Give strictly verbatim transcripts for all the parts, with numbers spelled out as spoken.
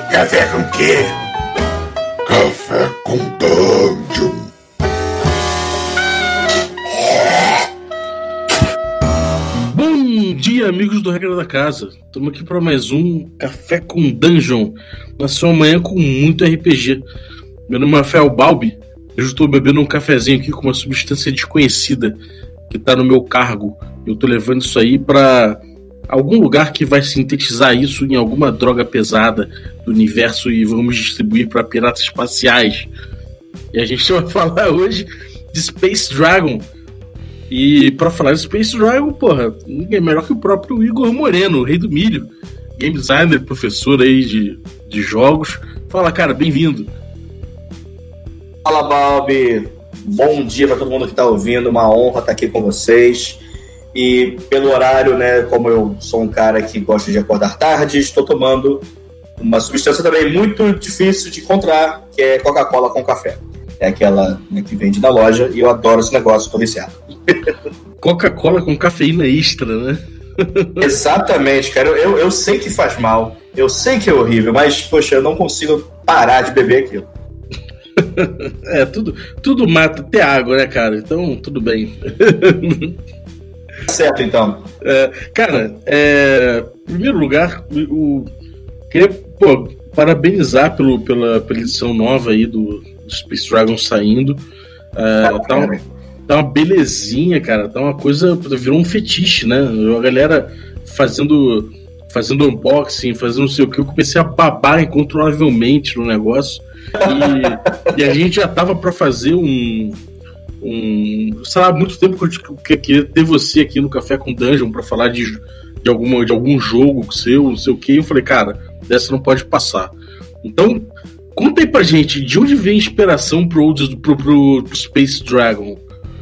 Café com quê? Café com Dungeon. Bom dia, amigos do Regra da Casa. Estamos aqui para mais um Café com Dungeon. Na sua manhã com muito R P G. Meu nome é Rafael Balbi. Eu estou bebendo um cafezinho aqui com uma substância desconhecida que está no meu cargo. Eu estou levando isso aí para algum lugar que vai sintetizar isso em alguma droga pesada do universo e vamos distribuir para piratas espaciais. E a gente vai falar hoje de Space Dragon. E para falar de Space Dragon, porra, ninguém é melhor que o próprio Igor Moreno, o rei do milho, game designer, professor aí de, de jogos. Fala, cara, bem-vindo. Fala, Balbi. Bom dia para todo mundo que está ouvindo, uma honra estar aqui com vocês. E pelo horário, né, como eu sou um cara que gosta de acordar tarde, estou tomando uma substância também muito difícil de encontrar, que é Coca-Cola com café. É aquela, né, que vende na loja e eu adoro esse negócio, tô viciado. Coca-Cola com cafeína extra, né? Exatamente, cara. Eu, eu, eu sei que faz mal, eu sei que é horrível, mas, poxa, eu não consigo parar de beber aquilo. É, tudo, tudo mata, até água, né, cara? Então, tudo bem. Certo, então. É, cara, é, em primeiro lugar, eu queria pô, parabenizar pelo, pela, pela edição nova aí do, do Space Dragon saindo. É, tá, uma, tá uma belezinha, cara. Tá uma coisa. Virou um fetiche, né? A galera fazendo, fazendo unboxing, fazendo não sei o que. Eu comecei a babar incontrolavelmente no negócio. E, e a gente já tava pra fazer um. um sei lá, há muito tempo que eu queria ter você aqui no Café com Dungeon pra falar de, de, alguma, de algum jogo seu, não sei o que. Eu falei, cara, dessa não pode passar. Então, conta aí pra gente, de onde vem a inspiração pro, pro, pro, pro Space Dragon?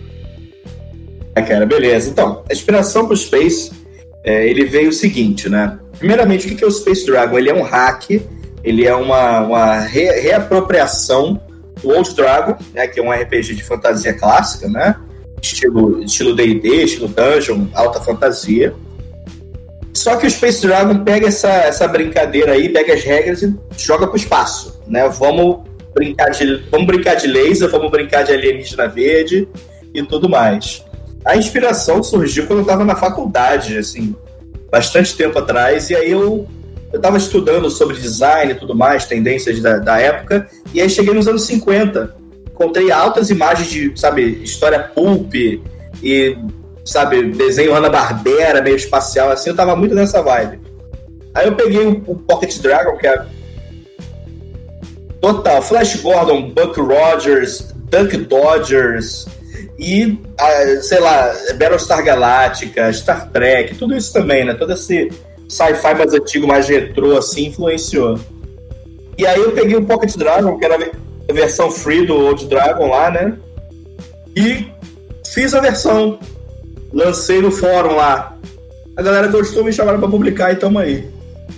É, cara, beleza. Então, a inspiração pro Space, é, ele veio o seguinte, né? Primeiramente, o que é o Space Dragon? Ele é um hack, ele é uma, uma re, reapropriação do Old Dragon, né, que é um R P G de fantasia clássica, né? Estilo, estilo D e D, estilo Dungeon, alta fantasia. Só que o Space Dragon pega essa, essa brincadeira aí, pega as regras e joga pro espaço, né? Vamos brincar de, vamos brincar de laser, vamos brincar de alienígena verde e tudo mais. A inspiração surgiu quando eu estava na faculdade, assim, bastante tempo atrás, e aí eu eu estava estudando sobre design e tudo mais, tendências da, da época, e aí cheguei nos anos cinquenta, encontrei altas imagens de, sabe, história pulp e, sabe, desenho Hanna-Barbera, meio espacial, assim, eu tava muito nessa vibe. Aí eu peguei o, o Pocket Dragon, que é total, Flash Gordon, Buck Rogers, Duck Dodgers e, a, sei lá, Battlestar Galactica, Star Trek, tudo isso também, né, todo esse sci-fi mais antigo, mais retrô, assim, influenciou. E aí eu peguei o Pocket Dragon, que era a versão free do Old Dragon lá, né? E fiz a versão. Lancei no fórum lá. A galera gostou, me chamaram pra publicar e tamo aí.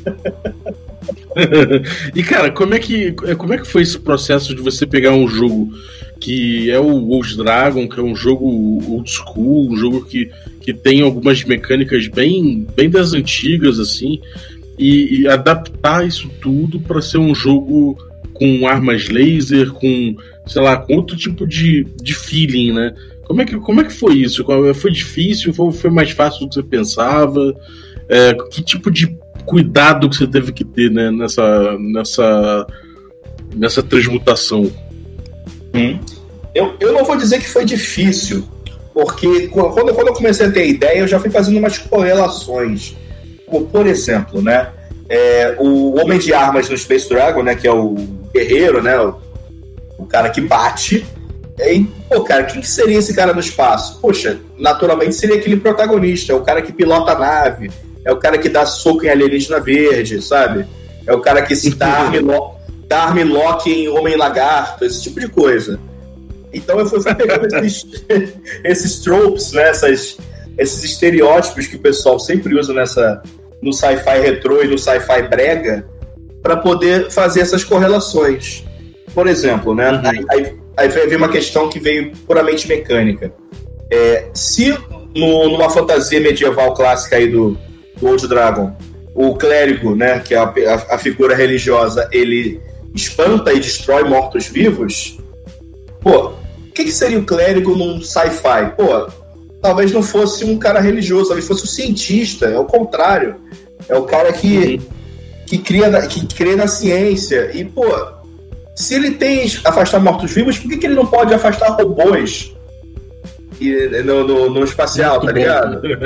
E, cara, como é, que, como é que foi esse processo de você pegar um jogo que é o Old Dragon, que é um jogo old school, um jogo que, que tem algumas mecânicas bem, bem das antigas, assim, e, e adaptar isso tudo para ser um jogo com armas laser, com, sei lá, com outro tipo de, de feeling, né? Como é, que, como é que foi isso? Foi difícil? Foi, foi mais fácil do que você pensava? É, que tipo de cuidado que você teve que ter, né, nessa, nessa, nessa transmutação? Hum. Eu, eu não vou dizer que foi difícil, porque quando, quando eu comecei a ter ideia, eu já fui fazendo umas correlações. Como, por exemplo, né, é, o Homem de Armas no Space Dragon, né, que é o guerreiro, né, o, o cara que bate. E, pô, cara, quem que seria esse cara no espaço? Poxa, naturalmente seria aquele protagonista, é o cara que pilota a nave, é o cara que dá soco em alienígena verde, sabe? É o cara que se dá armlock, dá armlock em Homem-Lagarto, esse tipo de coisa. Então eu fui, fui pegando esses, esses tropes, né, essas, esses estereótipos que o pessoal sempre usa nessa, no sci-fi retrô e no sci-fi brega, para poder fazer essas correlações. Por exemplo, né, uhum. aí, aí, aí veio uma questão que veio puramente mecânica. É, se no, numa fantasia medieval clássica aí do, do Old Dragon o clérigo, né, que é a, a, a figura religiosa, ele espanta e destrói mortos-vivos, pô, o que, que seria o clérigo num sci-fi? Pô, talvez não fosse um cara religioso, talvez fosse um cientista, é o contrário. É o cara que, que, cria, que crê na ciência. E, pô, se ele tem afastar mortos-vivos, por que, que ele não pode afastar robôs e, no, no, no espacial, tá ligado? que,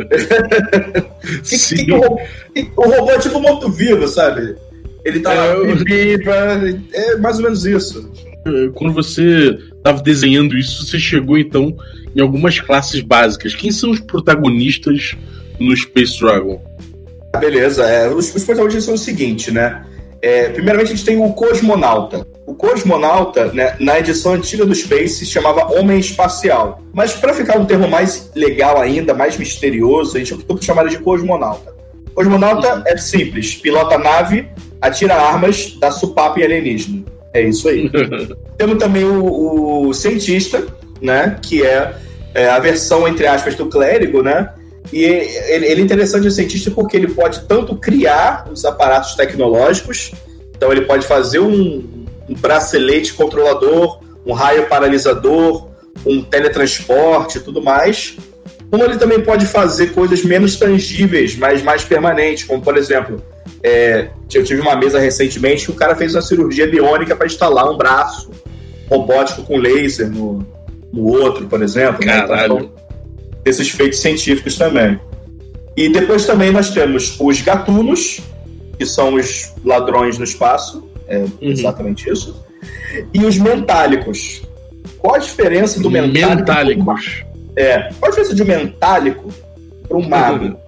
que, que o, robô, o robô é tipo morto-vivo, sabe? Ele tá lá, é, eu... é mais ou menos isso. Quando você estava desenhando isso, você chegou então em algumas classes básicas. Quem são os protagonistas no Space Dragon? Beleza, é, os, os protagonistas são o seguinte, né? É, primeiramente a gente tem o Cosmonauta. O Cosmonauta, né, na edição antiga do Space, se chamava Homem Espacial. Mas para ficar um termo mais legal ainda, mais misterioso, a gente optou por chamar ele de Cosmonauta. Cosmonauta é simples, pilota a nave, atira armas, dá supapo em alienígena. É isso aí. Temos também o, o cientista, né, que é, é a versão, entre aspas, do clérigo, né? E ele, ele é interessante, o cientista, porque ele pode tanto criar os aparatos tecnológicos, então ele pode fazer um, um bracelete controlador, um raio paralisador, um teletransporte e tudo mais, como ele também pode fazer coisas menos tangíveis, mas mais permanentes, como, por exemplo, é, eu tive uma mesa recentemente que o cara fez uma cirurgia biônica para instalar um braço robótico com laser no, no outro, por exemplo. Caralho. Né? Então, esses feitos científicos também. E depois também nós temos os gatunos, que são os ladrões no espaço, é uhum. exatamente isso, e os mentálicos. Qual a diferença do mentálico? Mentálicos. É, qual a diferença de um mentálico para um mago? Uhum.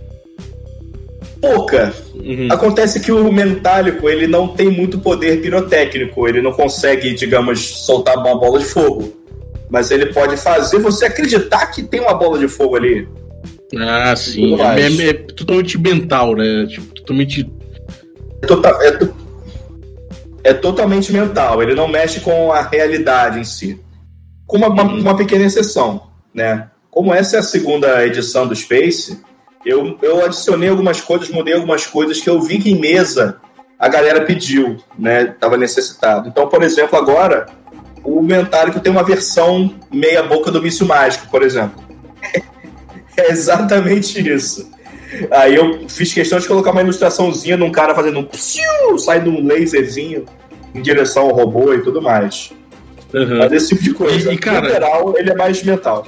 Pouca. Uhum. Acontece que o mentálico, ele não tem muito poder pirotécnico, ele não consegue, digamos, soltar uma bola de fogo. Mas ele pode fazer você acreditar que tem uma bola de fogo ali. Ah, sim. É, é, é totalmente mental, né? Tipo, totalmente... É, total, é, to... é totalmente mental. Ele não mexe com a realidade em si. Com uma, uma, uma pequena exceção, né? Como essa é a segunda edição do Space, eu, eu adicionei algumas coisas, mudei algumas coisas que eu vi que em mesa a galera pediu, né? Tava necessitado. Então, por exemplo, agora... o mentálico tem uma versão meia boca do míssil mágico, por exemplo. É exatamente isso. Aí eu fiz questão de colocar uma ilustraçãozinha num cara fazendo um psiu, saindo um laserzinho em direção ao robô e tudo mais. Uhum. Mas esse tipo de coisa. E, e cara, no geral, ele é mais mental.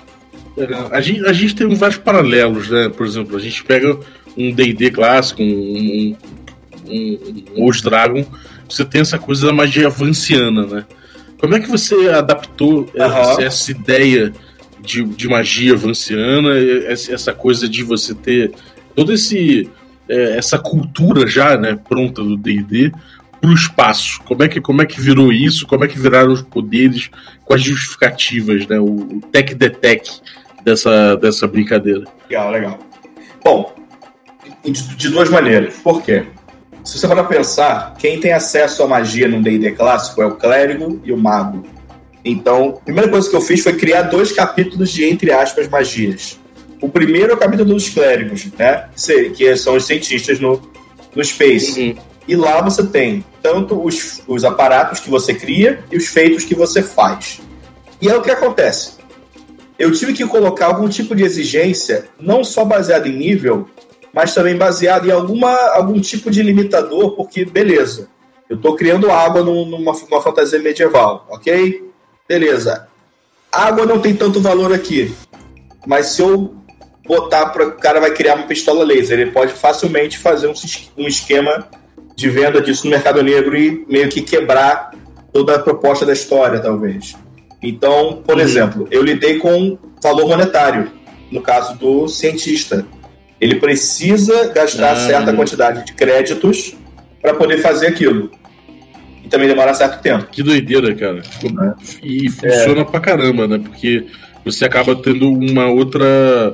A gente, a gente tem vários paralelos, né? Por exemplo, a gente pega um D e D clássico, um, um, um, um Old Dragon, você tem essa coisa da magia vanciana, né? Como é que você adaptou uhum. essa, essa ideia de, de magia vanciana, essa coisa de você ter toda esse, essa cultura já, né, pronta do D e D para o espaço? Como é, que, como é que virou isso? Como é que viraram os poderes? Quais justificativas, né? O, o tech de tech dessa, dessa brincadeira? Legal, legal. Bom, de, de duas maneiras. Por quê? Se você for pensar, quem tem acesso à magia no D e D clássico é o clérigo e o mago. Então, a primeira coisa que eu fiz foi criar dois capítulos de, entre aspas, magias. O primeiro é o capítulo dos clérigos, né? Que são os cientistas no, no Space. Uhum. E lá você tem tanto os, os aparatos que você cria e os feitos que você faz. E é o que acontece. Eu tive que colocar algum tipo de exigência, não só baseado em nível, mas também baseado em alguma, algum tipo de limitador, porque, beleza, eu estou criando água numa, numa fantasia medieval, ok? Beleza. Água não tem tanto valor aqui, mas se eu botar para o cara vai criar uma pistola laser, ele pode facilmente fazer um, um esquema de venda disso no mercado negro e meio que quebrar toda a proposta da história, talvez. Então, por uhum. exemplo, eu lidei com valor monetário, no caso do cientista. Ele precisa gastar ah, certa quantidade de créditos para poder fazer aquilo. E também demorar certo tempo. Que doideira, cara. E funciona é. pra caramba, né? Porque você acaba tendo uma outra...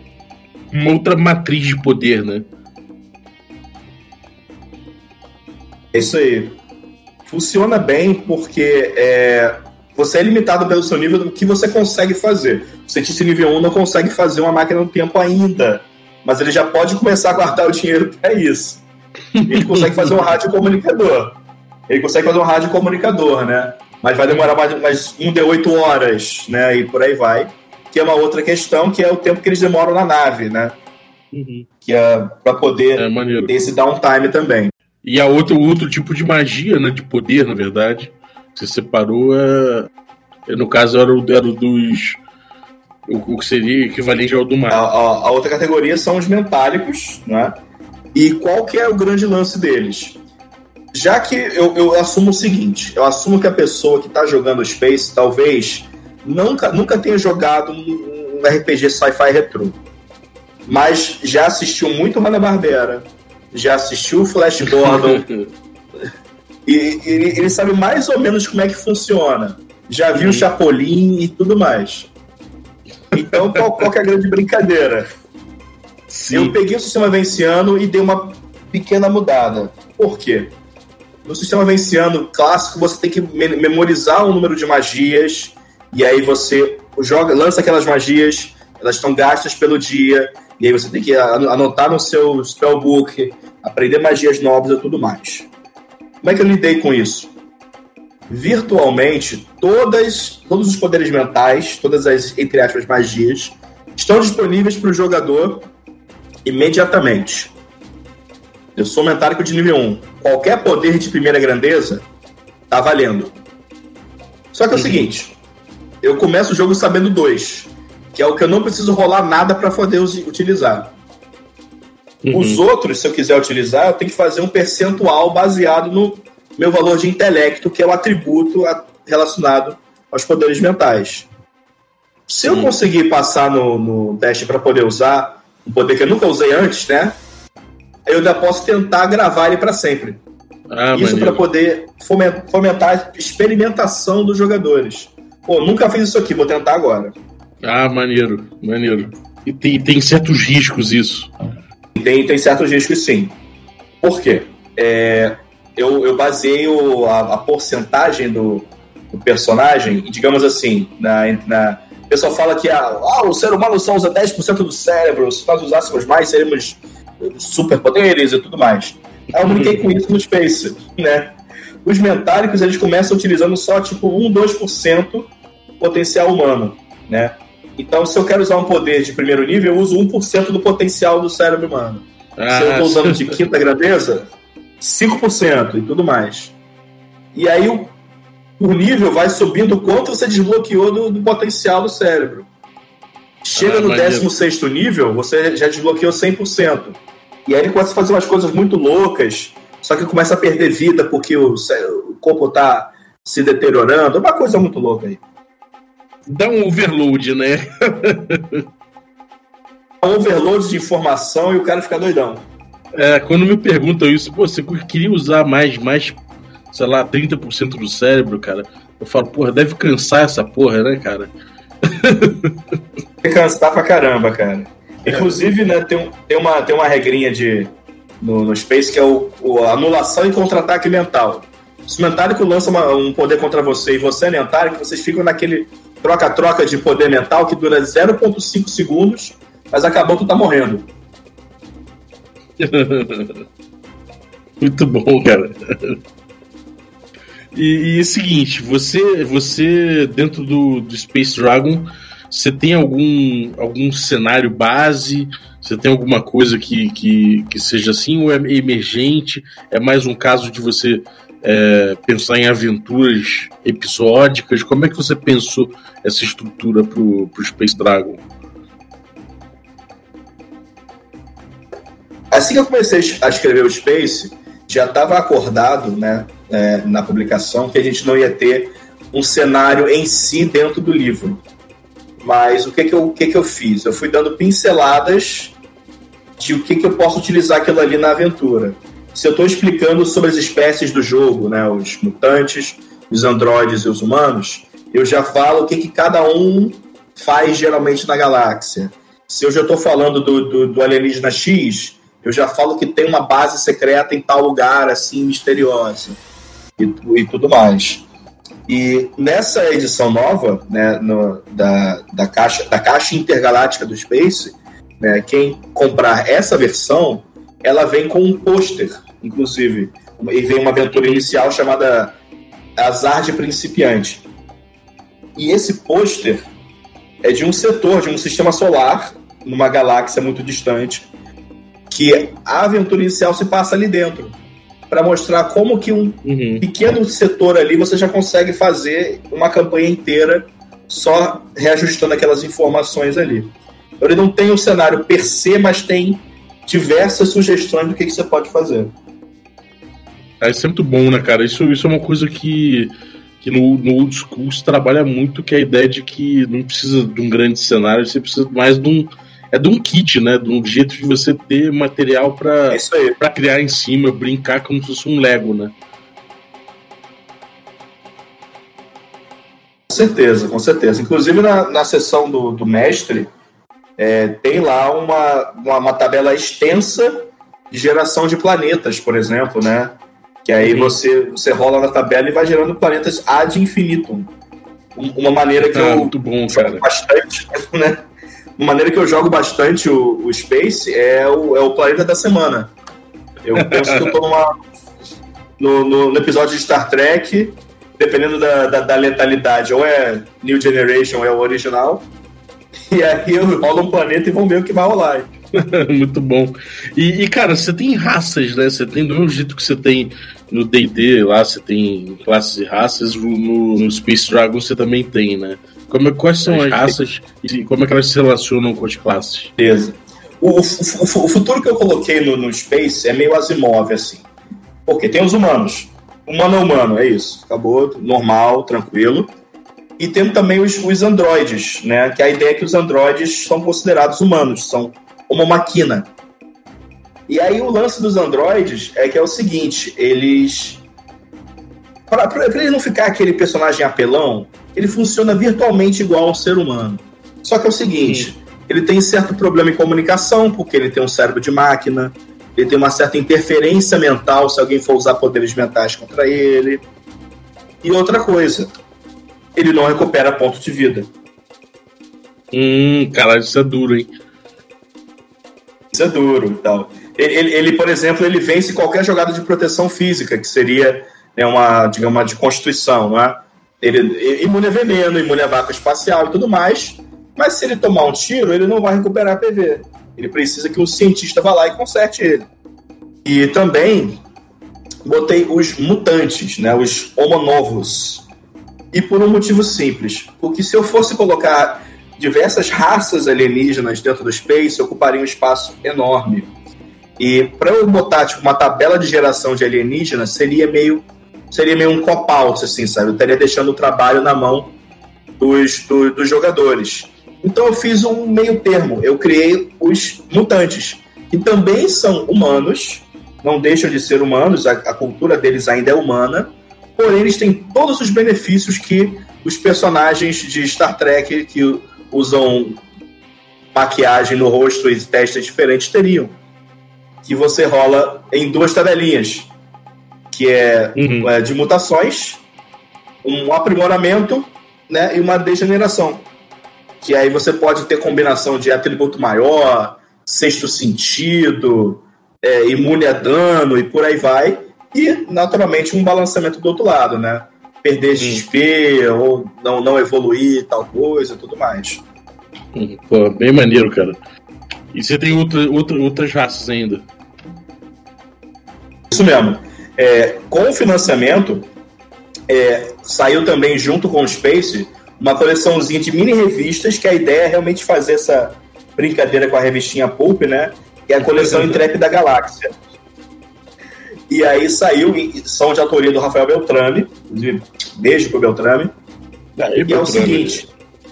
uma outra matriz de poder, né? É isso aí. Funciona bem porque é, você é limitado pelo seu nível do que você consegue fazer. O cientista nível um não consegue fazer uma máquina no tempo ainda. mas ele já pode começar a guardar o dinheiro para isso. Ele consegue fazer um rádio comunicador. Ele consegue fazer um rádio comunicador, né? Mas vai demorar mais, mais um de oito horas, né? E por aí vai. Que é uma outra questão, que é o tempo que eles demoram na nave, né? Uhum. Que é para poder é ter esse downtime também. E a outro, outro tipo de magia, né? De poder, na verdade. Que você separou, é... no caso, era o, era o dos... O, o que seria equivalente ao do mar. A, a, a outra categoria são os mentálicos, né? E qual que é o grande lance deles? Já que eu, eu assumo o seguinte, eu assumo que a pessoa que está jogando Space talvez nunca, nunca tenha jogado um, um R P G sci-fi retrô, mas já assistiu muito Hanna-Barbera, já assistiu Flash Gordon, e, e ele sabe mais ou menos como é que funciona. Já viu uhum. Chapolin e tudo mais. Então, qual, qual que é a grande brincadeira? Sim. Eu peguei o sistema venciano e dei uma pequena mudada. Por quê? No sistema venciano clássico, você tem que me- memorizar um número de magias, e aí você joga, lança aquelas magias, elas estão gastas pelo dia, e aí você tem que anotar no seu spellbook, aprender magias novas e tudo mais. Como é que eu lidei com isso? Virtualmente, todas, todos os poderes mentais, todas as, entre aspas, magias, estão disponíveis para o jogador imediatamente. Eu sou mentálico de nível um. Qualquer poder de primeira grandeza tá valendo. Só que é o uhum. seguinte, eu começo o jogo sabendo dois, que é o que eu não preciso rolar nada para poder utilizar. Uhum. Os outros, se eu quiser utilizar, eu tenho que fazer um percentual baseado no meu valor de intelecto, que é o atributo relacionado aos poderes mentais. Se eu conseguir passar no, no teste para poder usar um poder que eu nunca usei antes, né? Eu ainda posso tentar gravar ele para sempre. Ah, isso para poder fomentar a experimentação dos jogadores. Pô, nunca fiz isso aqui, vou tentar agora. Ah, maneiro, maneiro. E tem, tem certos riscos isso. Tem, tem certos riscos, sim. Por quê? É, eu, eu baseio a, a porcentagem do, do personagem, digamos assim, na, na, o pessoal fala que ah, ah, o ser humano só usa dez por cento do cérebro, se nós usássemos mais, seríamos superpoderes e tudo mais. Aí eu brinquei com isso no Space, né? Os mentálicos, eles começam utilizando só tipo um, dois por cento potencial humano, né? Então, se eu quero usar um poder de primeiro nível, eu uso um por cento do potencial do cérebro humano. Ah, se eu estou usando de quinta grandeza, cinco por cento e tudo mais. E aí o, o nível vai subindo o quanto você desbloqueou do, do potencial do cérebro. Chega ah, no décimo sexto nível, você já desbloqueou cem por cento. E aí ele começa a fazer umas coisas muito loucas, só que começa a perder vida porque o, o corpo está se deteriorando. É uma coisa muito louca aí. Dá um overload, né? Um overload de informação e o cara fica doidão. É, quando me perguntam isso, pô, você queria usar mais, mais, sei lá, trinta por cento do cérebro, cara? Eu falo, porra, deve cansar essa porra, né, cara? Deve cansar pra caramba, cara. Inclusive, né, tem, um, tem, uma, tem uma regrinha de, no, no Space que é o, o anulação e contra-ataque mental. Se o mentálico lança uma, um poder contra você e você é mentálico, vocês ficam naquele troca-troca de poder mental que dura zero vírgula cinco segundos, mas acabou, tu tá morrendo. Muito bom, cara. E, e é o seguinte, você, você dentro do, do Space Dragon, você tem algum, algum cenário base? Você tem alguma coisa que, que, que seja assim, ou é emergente? É mais um caso de você é, pensar em aventuras episódicas? Como é que você pensou essa estrutura pro, pro Space Dragon? Assim que eu comecei a escrever o Space, já estava acordado, né, é, na publicação, que a gente não ia ter um cenário em si dentro do livro. Mas o que que eu, o que que eu fiz? Eu fui dando pinceladas de o que que eu posso utilizar aquilo ali na aventura. Se eu estou explicando sobre as espécies do jogo, né, os mutantes, os androides e os humanos, eu já falo o que que cada um faz geralmente na galáxia. Se eu já estou falando do, do, do alienígena X, eu já falo que tem uma base secreta em tal lugar, assim, misteriosa, e, e tudo mais. E nessa edição nova, né, no, da, da, caixa, da caixa intergaláctica do Space, né, quem comprar essa versão, ela vem com um pôster, inclusive. E vem uma aventura inicial chamada Azar de Principiante. E esse pôster é de um setor, de um sistema solar, numa galáxia muito distante, que a aventura inicial se passa ali dentro, para mostrar como que um uhum. pequeno setor ali você já consegue fazer uma campanha inteira só reajustando aquelas informações ali. Então, ele não tem o cenário per se, mas tem diversas sugestões do que, que você pode fazer. É, isso é muito bom, né, cara? Isso, isso é uma coisa que, que no, no old school se trabalha muito, que é a ideia de que não precisa de um grande cenário, você precisa mais de um, é de um kit, né? De um jeito de você ter material para para criar em cima, brincar como se fosse um Lego, né? Com certeza, com certeza. Inclusive na, na seção do, do mestre, é, tem lá uma, uma, uma tabela extensa de geração de planetas, por exemplo, né? Que aí você, você rola na tabela e vai gerando planetas ad infinitum. Uma maneira que ah, eu muito bom, jogo cara. bastante, né? Uma maneira que eu jogo bastante o, o Space é o, é o planeta da semana. Eu penso que eu tô numa, no, no, no episódio de Star Trek, dependendo da, da, da letalidade, ou é New Generation ou é o original, e aí eu rolo um planeta e vamos ver o que vai rolar. Muito bom. E, e, cara, você tem raças, né? Você tem do mesmo jeito que você tem no D e D, lá você tem classes e raças, no, no Space Dragon você também tem, né? Como, quais são as raças e como é que elas se relacionam com as classes? Beleza. O, o, o, o futuro que eu coloquei no, no Space é meio Asimov, assim. Porque tem os humanos. Humano é humano, é isso. Acabou, normal, tranquilo. E temos também os, os androides, né? Que a ideia é que os androides são considerados humanos, são uma máquina. E aí o lance dos androides é que é o seguinte, eles... Para ele não ficar aquele personagem apelão, ele funciona virtualmente igual a um ser humano. Só que é o seguinte, Sim. ele tem certo problema em comunicação, porque ele tem um cérebro de máquina, ele tem uma certa interferência mental se alguém for usar poderes mentais contra ele. E outra coisa, ele não recupera ponto de vida. Hum, caralho, isso é duro, hein? Isso é duro e tal. Ele, ele, ele, por exemplo, ele vence qualquer jogada de proteção física, que seria, né, uma, digamos, uma de constituição, não é? Ele, ele imune a veneno, imune a vácuo espacial e tudo mais, mas se ele tomar um tiro, ele não vai recuperar P V. Ele precisa que um cientista vá lá e conserte ele. E também botei os mutantes, né, os homonovos. E por um motivo simples, porque se eu fosse colocar diversas raças alienígenas dentro do Space, ocuparia um espaço enorme. E para eu botar tipo, uma tabela de geração de alienígenas, seria meio, seria meio um cop-out, assim, sabe? Eu estaria deixando o trabalho na mão dos, do, dos jogadores. Então eu fiz um meio termo. Eu criei os mutantes, que também são humanos, não deixam de ser humanos, a, a cultura deles ainda é humana, porém eles têm todos os benefícios que os personagens de Star Trek que usam maquiagem no rosto e testes diferentes teriam. Que você rola em duas tabelinhas, que é, uhum. é de mutações, um aprimoramento, né, e uma degeneração. Que aí você pode ter combinação de atributo maior, sexto sentido, é, imune a dano e por aí vai. E, naturalmente, um balanceamento do outro lado, né? Perder X P hum. ou não, não evoluir, tal coisa, tudo mais. Hum, pô, bem maneiro, cara. E você tem outra, outra, outras raças ainda? Isso mesmo. É, com o financiamento, é, saiu também, junto com o Space, uma coleçãozinha de mini-revistas, que a ideia é realmente fazer essa brincadeira com a revistinha Pulp, né? Que é a coleção Intrépida Galáxia. E aí saiu, são de autoria do Rafael Beltrame, beijo pro Beltrame. Aí, e Beltrame. É o seguinte,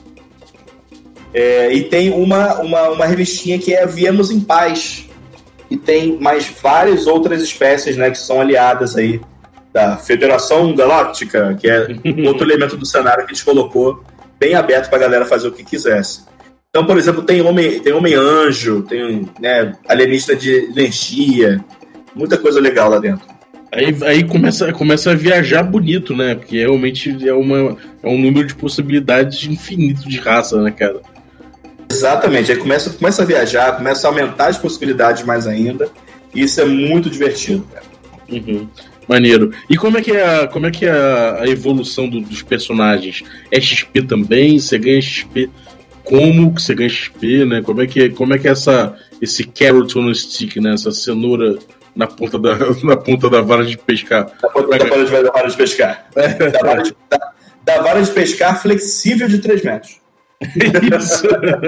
é, e tem uma, uma, uma revistinha que é Viemos em Paz, e tem mais várias outras espécies, né, que são aliadas aí da Federação Galáctica, que é outro elemento do cenário que a gente colocou bem aberto pra galera fazer o que quisesse. Então, por exemplo, tem Homem, tem Homem-Anjo, tem, né, alienígena de energia, muita coisa legal lá dentro. Aí, aí começa, começa a viajar bonito, né? Porque realmente é, uma, é um número de possibilidades infinito de raça, né, cara? Exatamente, aí começa, começa a viajar, começa a aumentar as possibilidades mais ainda, e isso é muito divertido, cara. Uhum. Maneiro. E como é que é a, como é que é a, a evolução do, dos personagens? É X P também? Você ganha X P? Como que você ganha X P, né? Como é que, como é, que é essa, esse carrot on a stick, né? Essa cenoura na ponta da, na ponta da vara de pescar. Da ponta da vara de, da vara de pescar. Da vara de, da, da vara de pescar flexível de três metros. Isso.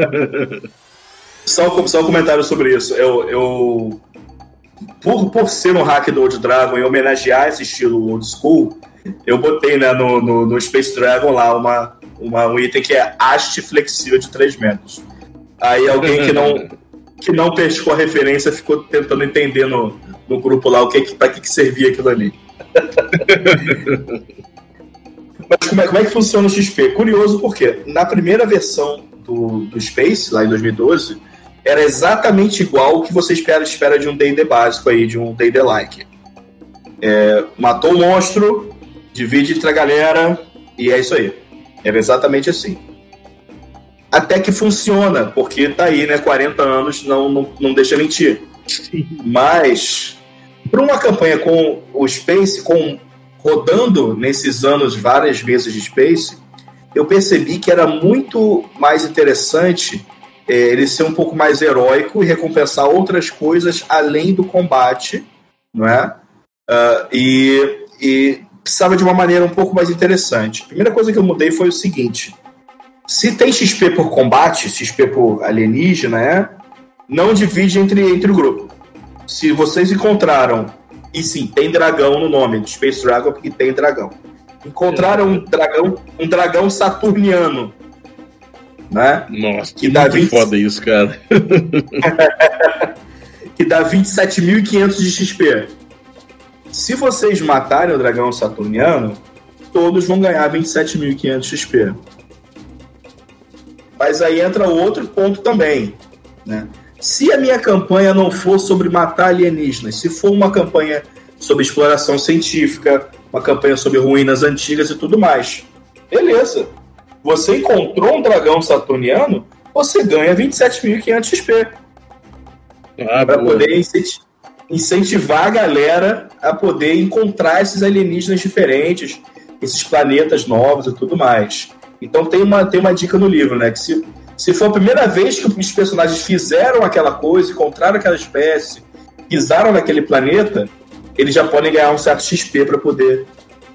Só, só um comentário sobre isso. Eu... eu... Por, por ser um hack do Old Dragon e homenagear esse estilo old school, eu botei, né, no, no, no Space Dragon lá uma, uma, um item que é haste flexível de três metros. Aí alguém que não, que não pescou a referência ficou tentando entender no, no grupo lá o que, pra que, que servia aquilo ali. Mas como é, como é que funciona o X P? Curioso porque na primeira versão do, do Space, lá em dois mil e doze, era exatamente igual o que você espera, espera de um D e D básico aí, de um D e D-like. É, matou o monstro, divide entre a galera, e é isso aí. Era exatamente assim. Até que funciona, porque tá aí, né, quarenta anos, não, não, não deixa mentir. Mas, para uma campanha com o Space, com, rodando nesses anos várias vezes de Space, eu percebi que era muito mais interessante é, ele ser um pouco mais heróico e recompensar outras coisas além do combate, não é? Uh, e, e precisava de uma maneira um pouco mais interessante. A primeira coisa que eu mudei foi o seguinte: se tem X P por combate, X P por alienígena, é, não divide entre, entre o grupo. Se vocês encontraram, e sim, tem dragão no nome, de Space Dragon, porque tem dragão. Encontraram um dragão, um dragão saturniano, né? Nossa, que dá vinte... foda isso, cara. Que dá vinte e sete mil e quinhentos de X P. Se vocês matarem o dragão saturniano, todos vão ganhar vinte e sete mil e quinhentos X P. Mas aí entra outro ponto também, né? Se a minha campanha não for sobre matar alienígenas, se for uma campanha sobre exploração científica, uma campanha sobre ruínas antigas e tudo mais, beleza. Você encontrou um dragão saturniano, você ganha vinte e sete mil e quinhentos X P. Ah, para poder incentivar a galera a poder encontrar esses alienígenas diferentes, esses planetas novos e tudo mais. Então tem uma, tem uma dica no livro, né? Que se, se for a primeira vez que os personagens fizeram aquela coisa, encontraram aquela espécie, pisaram naquele planeta, eles já podem ganhar um certo X P para poder...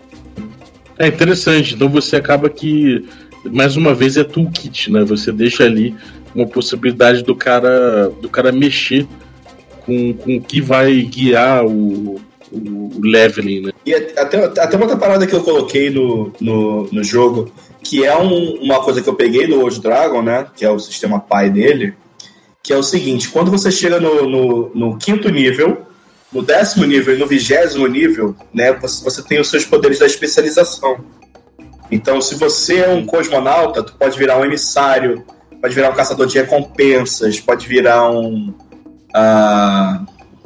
É interessante. Então você acaba que, mais uma vez, é toolkit, né? Você deixa ali uma possibilidade do cara, do cara mexer com, com o que vai guiar o, o leveling, né? E até, até uma outra parada que eu coloquei no, no, no jogo, que é um, uma coisa que eu peguei do Old Dragon, né? Que é o sistema pai dele, que é o seguinte: quando você chega no, no, no quinto nível, no décimo nível e no vigésimo nível, né, você, você tem os seus poderes da especialização. Então, se você é um cosmonauta, tu pode virar um emissário, pode virar um caçador de recompensas, pode virar um, uh,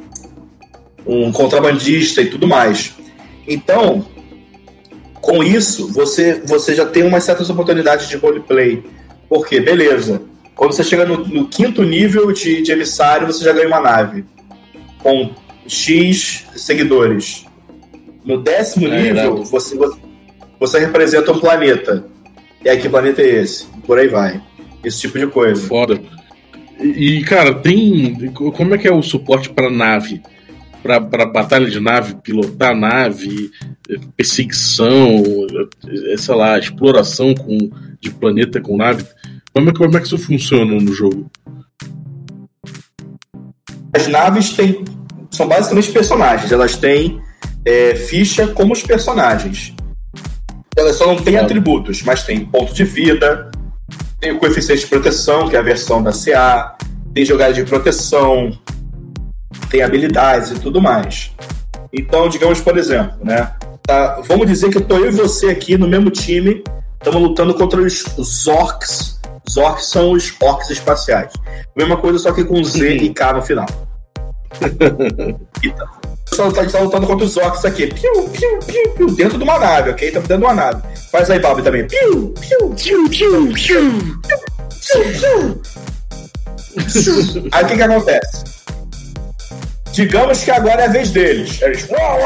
um contrabandista e tudo mais. Então, com isso, você, você já tem umas certas oportunidades de roleplay. Porque, beleza, quando você chega no, no quinto nível de, de emissário, você já ganha uma nave com X seguidores. No décimo é, nível, você, você representa um planeta. E aí, que planeta é esse? Por aí vai. Esse tipo de coisa. Foda. E, e cara, tem... Como é que é o suporte para nave? Para batalha de nave, pilotar a nave, perseguição, sei lá, exploração com, de planeta com nave. Como é, como é que isso funciona no jogo? As naves têm... são basicamente personagens. Elas têm é, ficha como os personagens. Elas só não têm claro. atributos, mas tem ponto de vida, tem o coeficiente de proteção, que é a versão da C A, tem jogada de proteção, tem habilidades e tudo mais. Então, digamos, por exemplo, né, tá, vamos dizer que eu tô eu e você aqui no mesmo time, estamos lutando contra os, os orcs. Os orcs são os orcs espaciais. Mesma coisa, só que com Z e K no final. Então, a gente tá lutando contra os orcs aqui, piu, piu, piu, piu, dentro de uma nave, ok? Estamos dentro de uma nave. Faz aí, Bob, também. Piu, piu, piu, piu, piu, piu, piu, piu. Aí o que que acontece? Digamos que agora é a vez deles. Eles...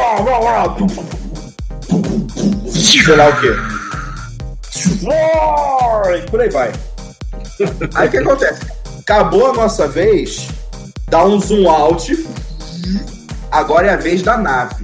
sei lá o quê. E por aí vai. Aí o que acontece? Acabou a nossa vez, dá um zoom out, agora é a vez da nave.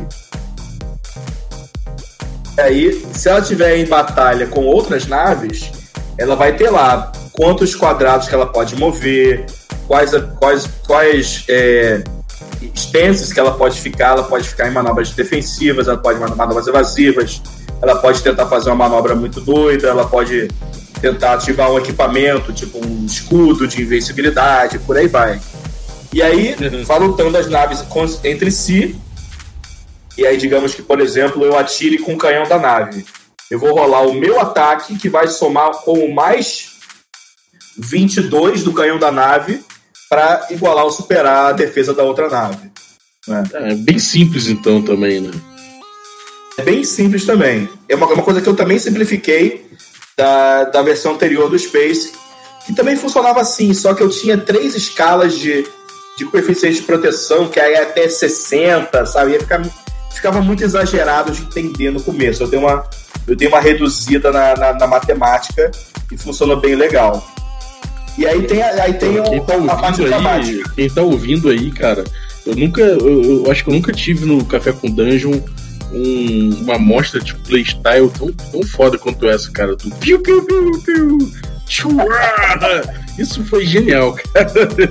E aí, se ela estiver em batalha com outras naves, ela vai ter lá quantos quadrados que ela pode mover, quais, quais, quais é, stances que ela pode ficar. Ela pode ficar em manobras defensivas, ela pode em manobras evasivas, ela pode tentar fazer uma manobra muito doida, ela pode tentar ativar um equipamento, tipo um escudo de invencibilidade, por aí vai. E aí, uhum. vai lutando as naves entre si. E aí, digamos que, por exemplo, eu atire com o canhão da nave. Eu vou rolar o meu ataque, que vai somar com o mais vinte e dois do canhão da nave, para igualar ou superar a defesa da outra nave. Né? É bem simples, então, também, né? É bem simples também. É uma, uma coisa que eu também simplifiquei da, da versão anterior do Space, que também funcionava assim, só que eu tinha três escalas de, de coeficiente de proteção, que aí até sessenta, sabe? Ia ficar, ficava muito exagerado de entender no começo. Eu dei uma, eu dei uma reduzida na, na, na matemática e funcionou bem legal. E aí tem, aí tem quem um, tá a parte aí, quem tá ouvindo aí, cara, eu nunca, eu, eu acho que eu nunca tive no Café com Dungeon um, uma amostra de playstyle tão, tão foda quanto essa, cara, do piu, piu, piu, piu, tchua. Isso foi genial, cara.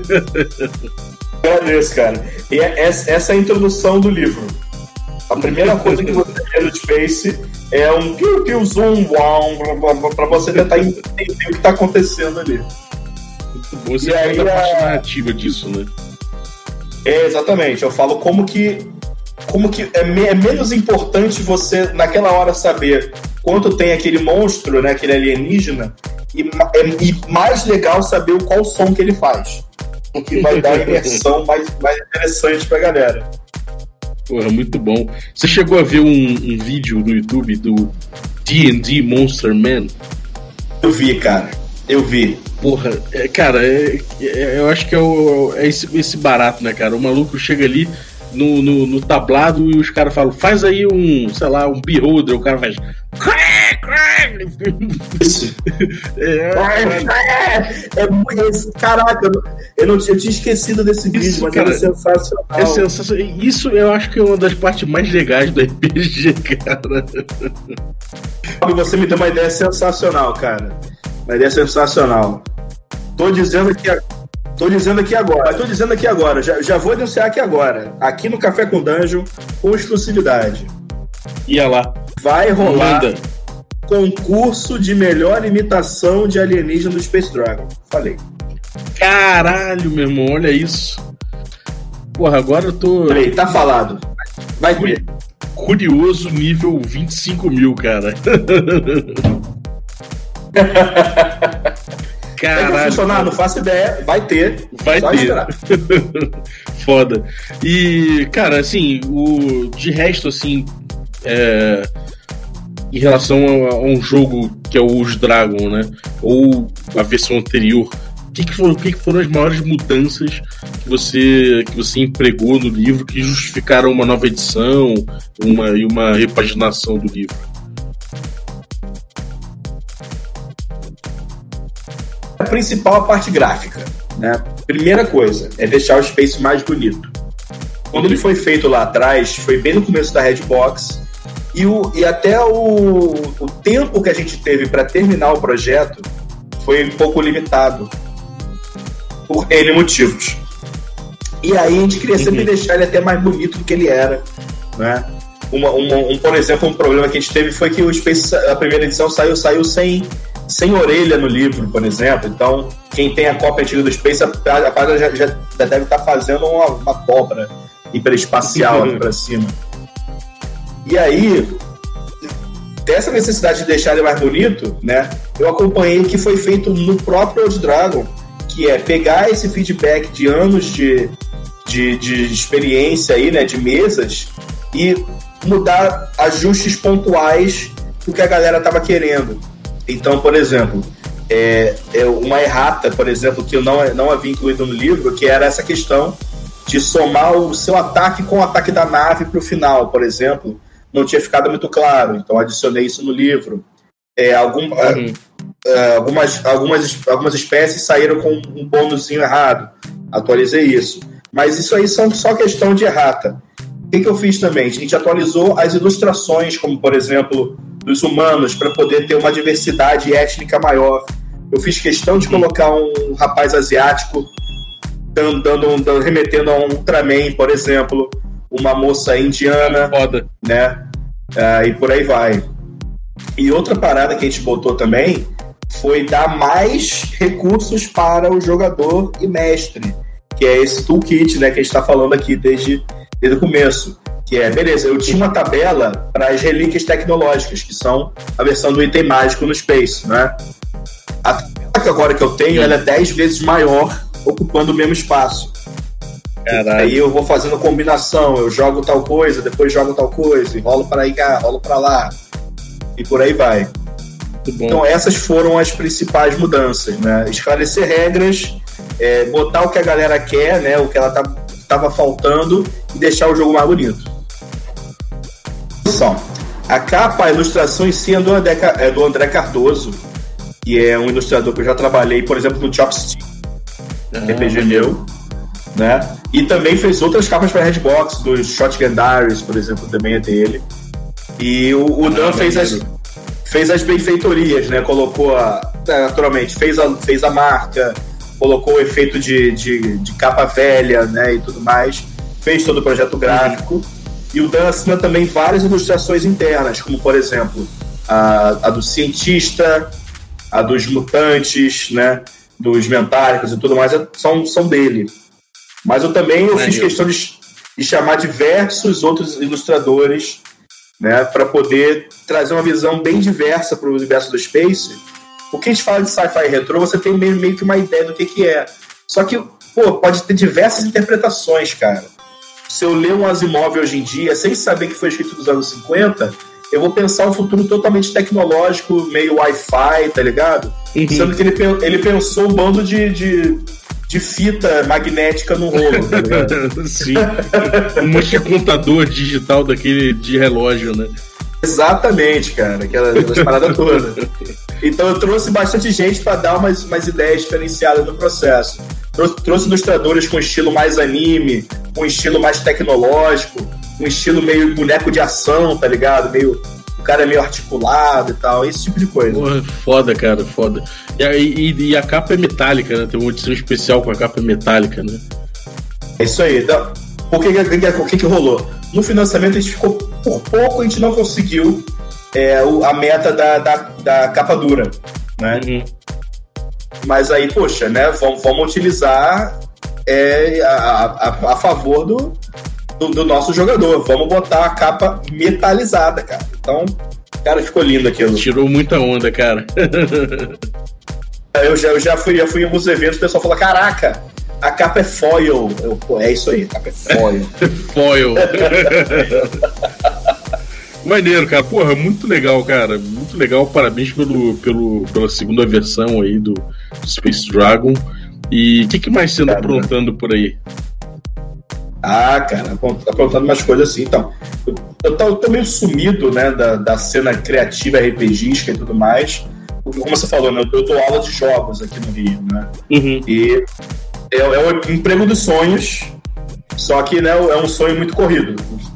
Agradeço, cara. E essa, essa é a introdução do livro. A primeira coisa que você vê no Space é um piu, piu, zoom, wow, pra você tentar entender o que tá acontecendo ali. Muito bom, você faz a parte narrativa disso, né? É, exatamente. Eu falo como que, como que é, me, é menos importante você, naquela hora, saber quanto tem aquele monstro, né, aquele alienígena, e, é, e mais legal saber qual som que ele faz. O que vai dar a imersão mais, mais interessante pra galera. Porra, muito bom. Você chegou a ver um, um vídeo no YouTube do D and D Monster Man? Eu vi, cara. Eu vi. Porra, é, cara, é, é, eu acho que é, o, é esse, esse barato, né, cara? O maluco chega ali no, no, no tablado e os caras falam, faz aí um, sei lá, um beholder, o cara faz... Isso. É, é, é, caraca, eu, não, eu tinha esquecido desse vídeo, isso, mas cara, era sensacional. É sensacional. Isso eu acho que é uma das partes mais legais do R P G, cara. Você me deu uma ideia sensacional, cara. Uma ideia sensacional. Tô dizendo aqui, tô dizendo aqui agora. Tô dizendo aqui agora. Já, já vou anunciar aqui agora. Aqui no Café com Dungeon, com exclusividade. Ia lá. Vai rolar Manda. concurso de melhor imitação de alienígena do Space Dragon. Falei. Caralho, meu irmão, olha isso. Porra, agora eu tô... Falei, tá falado. Vai ter. Curioso nível vinte e cinco mil, cara. Caralho. Vai funcionar, não faço ideia. Vai ter. Vai Só ter. Foda. E, cara, assim, o... de resto, assim... É... em relação a, a um jogo que é o Os Dragon, né? Ou a versão anterior, o que, que, foram, que, que foram as maiores mudanças que você, que você empregou no livro que justificaram uma nova edição uma, e uma repaginação do livro? A principal a parte gráfica, né? Primeira coisa é deixar o Space mais bonito. Quando ele foi feito lá atrás, foi bem no começo da Redbox. E, o, e até o, o tempo que a gente teve para terminar o projeto foi um pouco limitado por N motivos. E aí a gente queria sempre uhum. deixar ele até mais bonito do que ele era, né? Uma, uma, um, por exemplo, um problema que a gente teve foi que o Space, a primeira edição saiu, saiu sem, sem orelha no livro, por exemplo. Então, quem tem a cópia antiga do Space, a, a página já, já deve estar fazendo uma, uma cobra hiperespacial ali para cima. E aí, dessa necessidade de deixar ele mais bonito, né, eu acompanhei o que foi feito no próprio Old Dragon, que é pegar esse feedback de anos de, de, de experiência aí, né, de mesas, e mudar ajustes pontuais do que a galera estava querendo. Então, por exemplo, é, é uma errata, por exemplo, que eu não, não havia incluído no livro, que era essa questão de somar o seu ataque com o ataque da nave para o final, por exemplo. Não tinha ficado muito claro, então adicionei isso no livro. É, algum, uhum. uh, algumas, algumas, algumas espécies saíram com um bônusinho errado. Atualizei isso. Mas isso aí são só questão de errata. O que, que eu fiz também? A gente atualizou as ilustrações, como por exemplo, dos humanos, para poder ter uma diversidade étnica maior. Eu fiz questão de colocar um rapaz asiático dando, dando, remetendo a um Ultraman, por exemplo, uma moça indiana, foda, né? Uh, e por aí vai. E outra parada que a gente botou também foi dar mais recursos para o jogador e mestre, que é esse toolkit, né, que a gente está falando aqui desde, desde o começo. Que é, beleza, eu tinha uma tabela para as relíquias tecnológicas, que são a versão do item mágico no Space, né? A tabela que agora que eu tenho, ela é dez vezes maior, ocupando o mesmo espaço. Caralho. Aí eu vou fazendo combinação, eu jogo tal coisa, depois jogo tal coisa, e rolo para aí cá, rolo para lá, e por aí vai. Então essas foram as principais mudanças, né? Esclarecer regras, é, botar o que a galera quer, né? O que ela tá, tava faltando, e deixar o jogo mais bonito. A capa, a ilustração em si é do André, é do André Cardoso, que é um ilustrador que eu já trabalhei, por exemplo, no Chopstick, ah, R P G meu, né? E também fez outras capas para Redbox, dos Shotgun Diaries, por exemplo, também é dele. E o, o Dan ah, fez, as, fez as benfeitorias, né? Colocou a. Naturalmente, fez a, fez a marca, colocou o efeito de, de, de capa velha, né? E tudo mais. Fez todo o projeto gráfico. Uhum. E o Dan assina também várias ilustrações internas, como por exemplo a, a do cientista, a dos mutantes, né? Dos mentáricos e tudo mais, são, são dele. Mas eu também eu fiz questão de, de chamar diversos outros ilustradores, né, para poder trazer uma visão bem diversa para o universo do Space. Porque a gente fala de sci-fi retrô, você tem meio, meio que uma ideia do que, que é. Só que, pô, pode ter diversas interpretações, cara. Se eu ler um Asimov hoje em dia, sem saber que foi escrito nos anos cinquenta, eu vou pensar um futuro totalmente tecnológico, meio Wi-Fi, tá ligado? Uhum. Sendo que ele, ele pensou um bando de... de de fita magnética no rolo, tá ligado? Sim. Um monte de contador digital daquele de relógio, né? Exatamente, cara. Aquelas paradas todas. Então eu trouxe bastante gente para dar umas, umas ideias diferenciadas no processo. Trouxe, trouxe ilustradores com estilo mais anime, com estilo mais tecnológico, com estilo meio boneco de ação, tá ligado? Meio... O cara é meio articulado e tal, esse tipo de coisa. Porra, foda, cara, foda. E a, e, e a capa é metálica, né? Tem uma edição especial com a capa metálica, né? É isso aí. Então, o que, o que, que rolou? No financiamento a gente ficou, por pouco a gente não conseguiu é, a meta da, da, da capa dura, né? Uhum. Mas aí, poxa, né? Vamos, vamos utilizar é, a, a, a favor do... Do, do nosso jogador, vamos botar a capa metalizada, cara. Então, cara, ficou lindo aquilo. Tirou muita onda, cara. eu, já, eu já, fui, já fui em alguns eventos, o pessoal falou: caraca, a capa é foil. Eu, pô, é isso aí, a capa é foil. Foil. Maneiro, cara. Porra, muito legal, cara. Muito legal. Parabéns pelo, pelo, pela segunda versão aí do, do Space Dragon. E o que, que mais você anda aprontando por aí? Ah, cara, aprontando umas coisas assim. Então, eu, eu, tô, eu tô meio sumido, né, da, da cena criativa RPGística e tudo mais. Como você falou, né, eu dou aula de jogos aqui no Rio, né? Uhum. E é, é o emprego dos sonhos, só que, né, é um sonho muito corrido.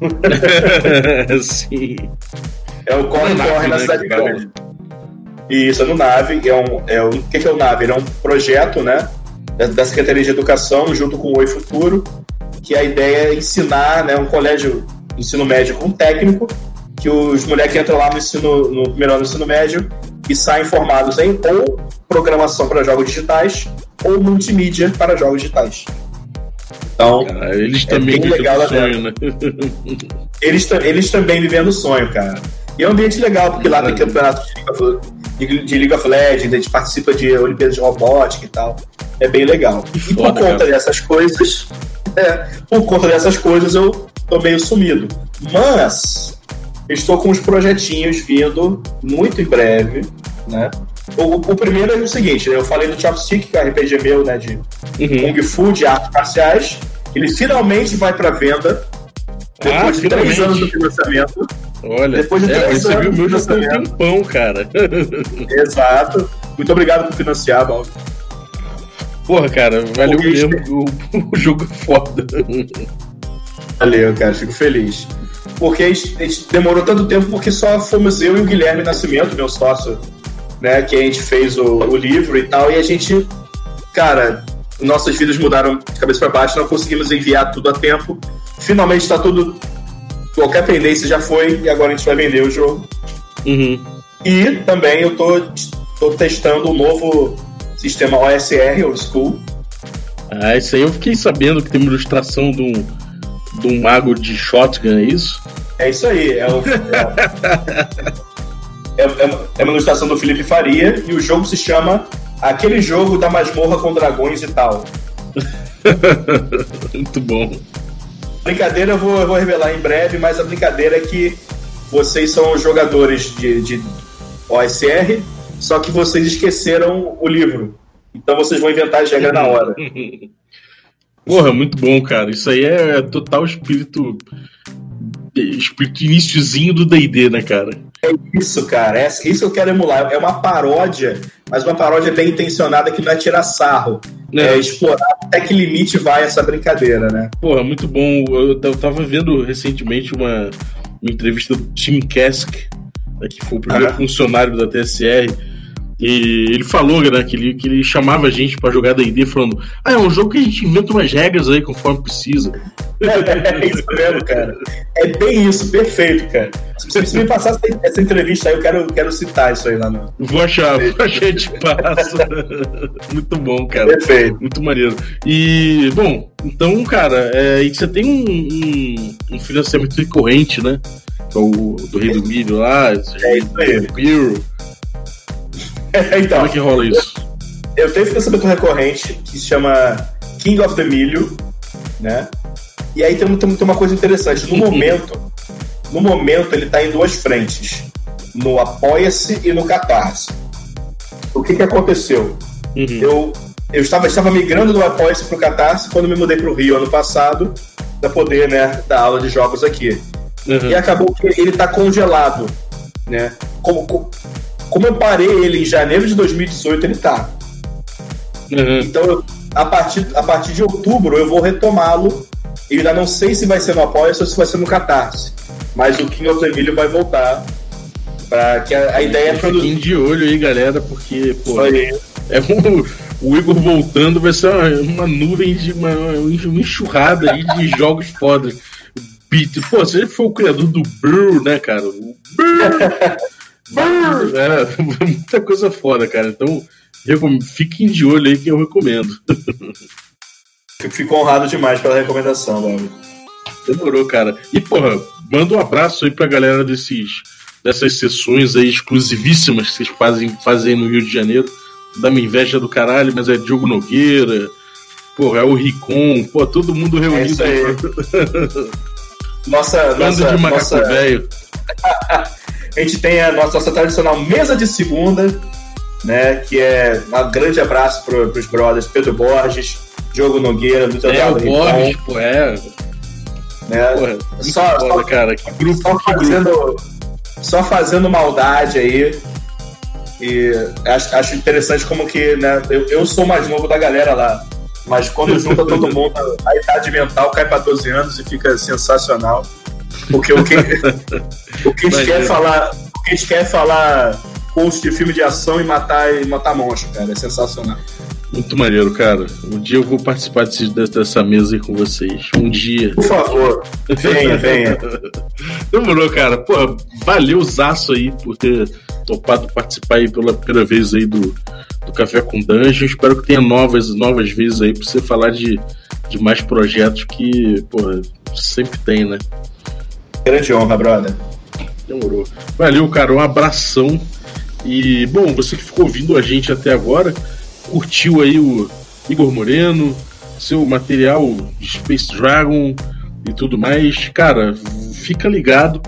Sim. É o corre-corre na, na cidade grande. E isso é no Nave. É um, é um, o que, que é o Nave? Ele é um projeto, né, da Secretaria de Educação, junto com o Oi Futuro, que a ideia é ensinar, né, um colégio de ensino médio com técnico, que os moleques entram lá no, ensino, no primeiro ano do ensino médio e saem formados em ou programação para jogos digitais ou multimídia para jogos digitais. Então, cara, eles também é legal o sonho, né? eles, eles também vivendo o sonho, cara. E é um ambiente legal, porque lá tem campeonato de League of Legends, a gente participa de Olimpíadas de Robótica e tal. É bem legal. E por Foda, conta cara. dessas coisas... É, por conta dessas coisas eu tô meio sumido. Mas estou com uns projetinhos vindo muito em breve, né? O, o primeiro é o seguinte, né? Eu falei do Chopstick, que é um R P G meu, né? De Uhum. Kung Fu, de artes marciais. Ele finalmente vai pra venda. Ah, Depois de três finalmente. anos do financiamento. Olha, Depois de é, eu três recebi o anos meu já de tem um lançamento. tempão, cara. Exato. Muito obrigado por financiar, Baldo. Porra, cara, valeu Porque isso- mesmo. O, o jogo é foda. Valeu, cara, fico feliz. Porque a gente, a gente demorou tanto tempo porque só fomos eu e o Guilherme Nascimento, meu sócio, né, que a gente fez o, o livro e tal, e a gente, cara, nossas vidas mudaram de cabeça para baixo, não conseguimos enviar tudo a tempo. Finalmente está tudo, qualquer pendência já foi, e agora a gente vai vender o jogo. Uhum. E também eu tô, tô testando um novo sistema O S R, Old School. Ah, isso aí eu fiquei sabendo que tem uma ilustração de um, de um mago de shotgun, é isso? É isso aí, é, o, é, é, é uma- é uma ilustração do Felipe Faria, e o jogo se chama Aquele Jogo da Masmorra com Dragões e tal. Muito bom. Brincadeira eu vou, eu vou revelar em breve, mas a brincadeira é que vocês são jogadores de, de O S R, só que vocês esqueceram o livro. Então vocês vão inventar as regras na hora. Porra, muito bom, cara. Isso aí é total espírito. Espírito iniciozinho do D e D, né, cara? É isso, cara. É isso que eu quero emular. É uma paródia, mas uma paródia bem intencionada que não é tirar sarro. É, É. explorar até que limite vai essa brincadeira, né? Porra, muito bom. Eu, eu tava vendo recentemente uma, uma entrevista do Tim Kask, né, que foi o primeiro Ah. funcionário da T S R. E ele falou, né, que ele, que ele chamava a gente pra jogar D e D falando: ah, é um jogo que a gente inventa umas regras aí conforme precisa. É isso mesmo, cara. É bem isso, perfeito, cara. Se você me passar essa, essa entrevista aí, eu quero, quero citar isso aí lá no. Vou achar, vou achar de passo. Muito bom, cara. Perfeito. Muito maneiro. E, bom, então, cara, é, e você tem um, um, um financiamento recorrente, né? Que é o do Rei do Milho lá, É isso aí. do Hero. Então, Como é que rola isso? eu tenho financiamento recorrente que se chama King of the Milho, né? E aí tem, tem, tem uma coisa interessante. No momento, no momento ele tá em duas frentes. No Apoia-se e no Catarse. O que que aconteceu? Uhum. Eu, eu estava, estava migrando do Apoia-se pro Catarse quando me mudei pro Rio ano passado para poder, né, dar aula de jogos aqui. Uhum. E acabou que ele tá congelado, né? Como, como, como eu parei ele em janeiro de dois mil e dezoito, ele tá. Uhum. Então, eu, a, partir, a partir de outubro, eu vou retomá-lo. Eu ainda não sei se vai ser no Apoia-se ou se vai ser no Catarse. Mas o King of the Milho vai voltar. Pra que a, a ideia é produzir. Fiquem de olho aí, galera, porque, pô, Aí, é um, o Igor voltando vai ser uma, uma nuvem de uma, uma enxurrada aí de jogos fodas. Beat. Pô, você foi o criador do Brrr, né, cara? O Brrr! Brrr! É, muita coisa foda, cara. Então, recom- fiquem de olho aí que eu recomendo. Fico honrado demais pela recomendação, velho. Demorou, cara. E, porra, manda um abraço aí pra galera desses, dessas sessões aí exclusivíssimas que vocês fazem, fazem no Rio de Janeiro. Dá uma inveja do caralho, mas é Diogo Nogueira, porra, é o Ricon, pô, todo mundo reunido. É isso aí. Nossa, Bando nossa, de macaco nossa, velho. a gente tem a nossa, nossa tradicional mesa de segunda, né? Que é um grande abraço pro, pros brothers Pedro Borges, Diogo Nogueira, Luiz É, o Eduardo Borges, Ricon, pô, é. né? Porra, muito Só- foda, só- cara. Que grupo, Só que grupo. fazendo, só fazendo maldade aí. E acho, acho interessante como que, né? Eu, eu sou mais novo da galera lá. Mas quando junta todo mundo, a idade mental cai para doze anos e fica sensacional. Porque o que, o que a gente quer falar, o que a gente quer é falar post de filme de ação e matar, e matar monstro, cara. É sensacional. Muito maneiro, cara. Um dia eu vou participar desse, dessa mesa aí com vocês. Um dia. Por favor, venha, venha. Demorou, cara. Pô, valeu zaço aí por ter topado participar aí pela primeira vez aí do, do Café com Dungeon. Espero que tenha novas, novas vezes aí pra você falar de, de mais projetos que, pô, sempre tem, né? Grande honra, brother. Demorou. Valeu, cara. Um abração. E, bom, você que ficou ouvindo a gente até agora, curtiu aí o Igor Moreno, seu material de Space Dragon e tudo mais, cara, fica ligado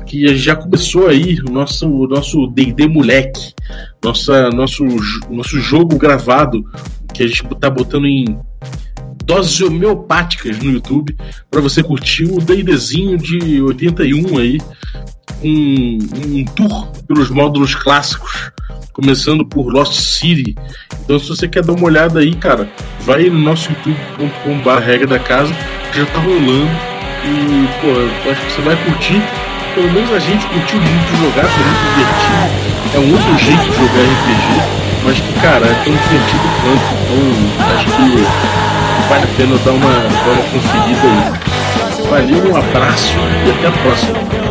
que já começou aí o nosso o nosso D e D moleque, nossa, nosso, nosso jogo gravado, que a gente tá botando em doses homeopáticas no YouTube, para você curtir o DDzinho de oitenta e um aí, um, um tour pelos módulos clássicos, começando por Lost City. Então, se você quer dar uma olhada aí, cara, vai no nosso youtube ponto com barra regra da casa, que já tá rolando. E, pô, eu acho que você vai curtir. Pelo menos a gente curtiu muito jogar, foi muito divertido. É um outro jeito de jogar R P G, mas que, cara, é tão divertido quanto. Então, acho que vale a pena dar uma, dar uma conferida aí. Valeu, um abraço e até a próxima.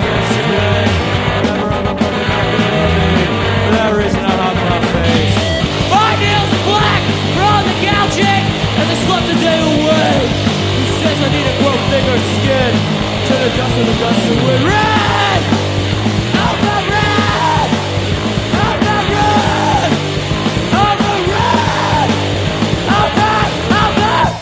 I need to grow thicker skin. Turn the dust in the dust to win. Red! Alpha red! Alpha red! Alpha red! Alpha! Alpha!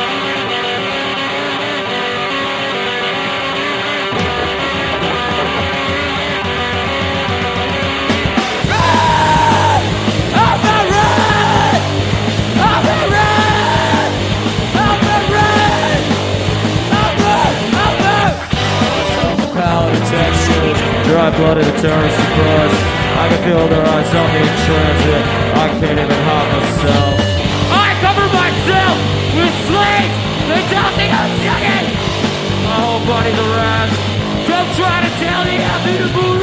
Red! Alpha red! Alpha red! Alpha red! Dry-blooded eternal surprise. I can feel their eyes on me in transit. I can't even hide myself. I cover myself with slaves. They don't think I'm joking. My whole body's a rash. Don't try to tell me how to believe.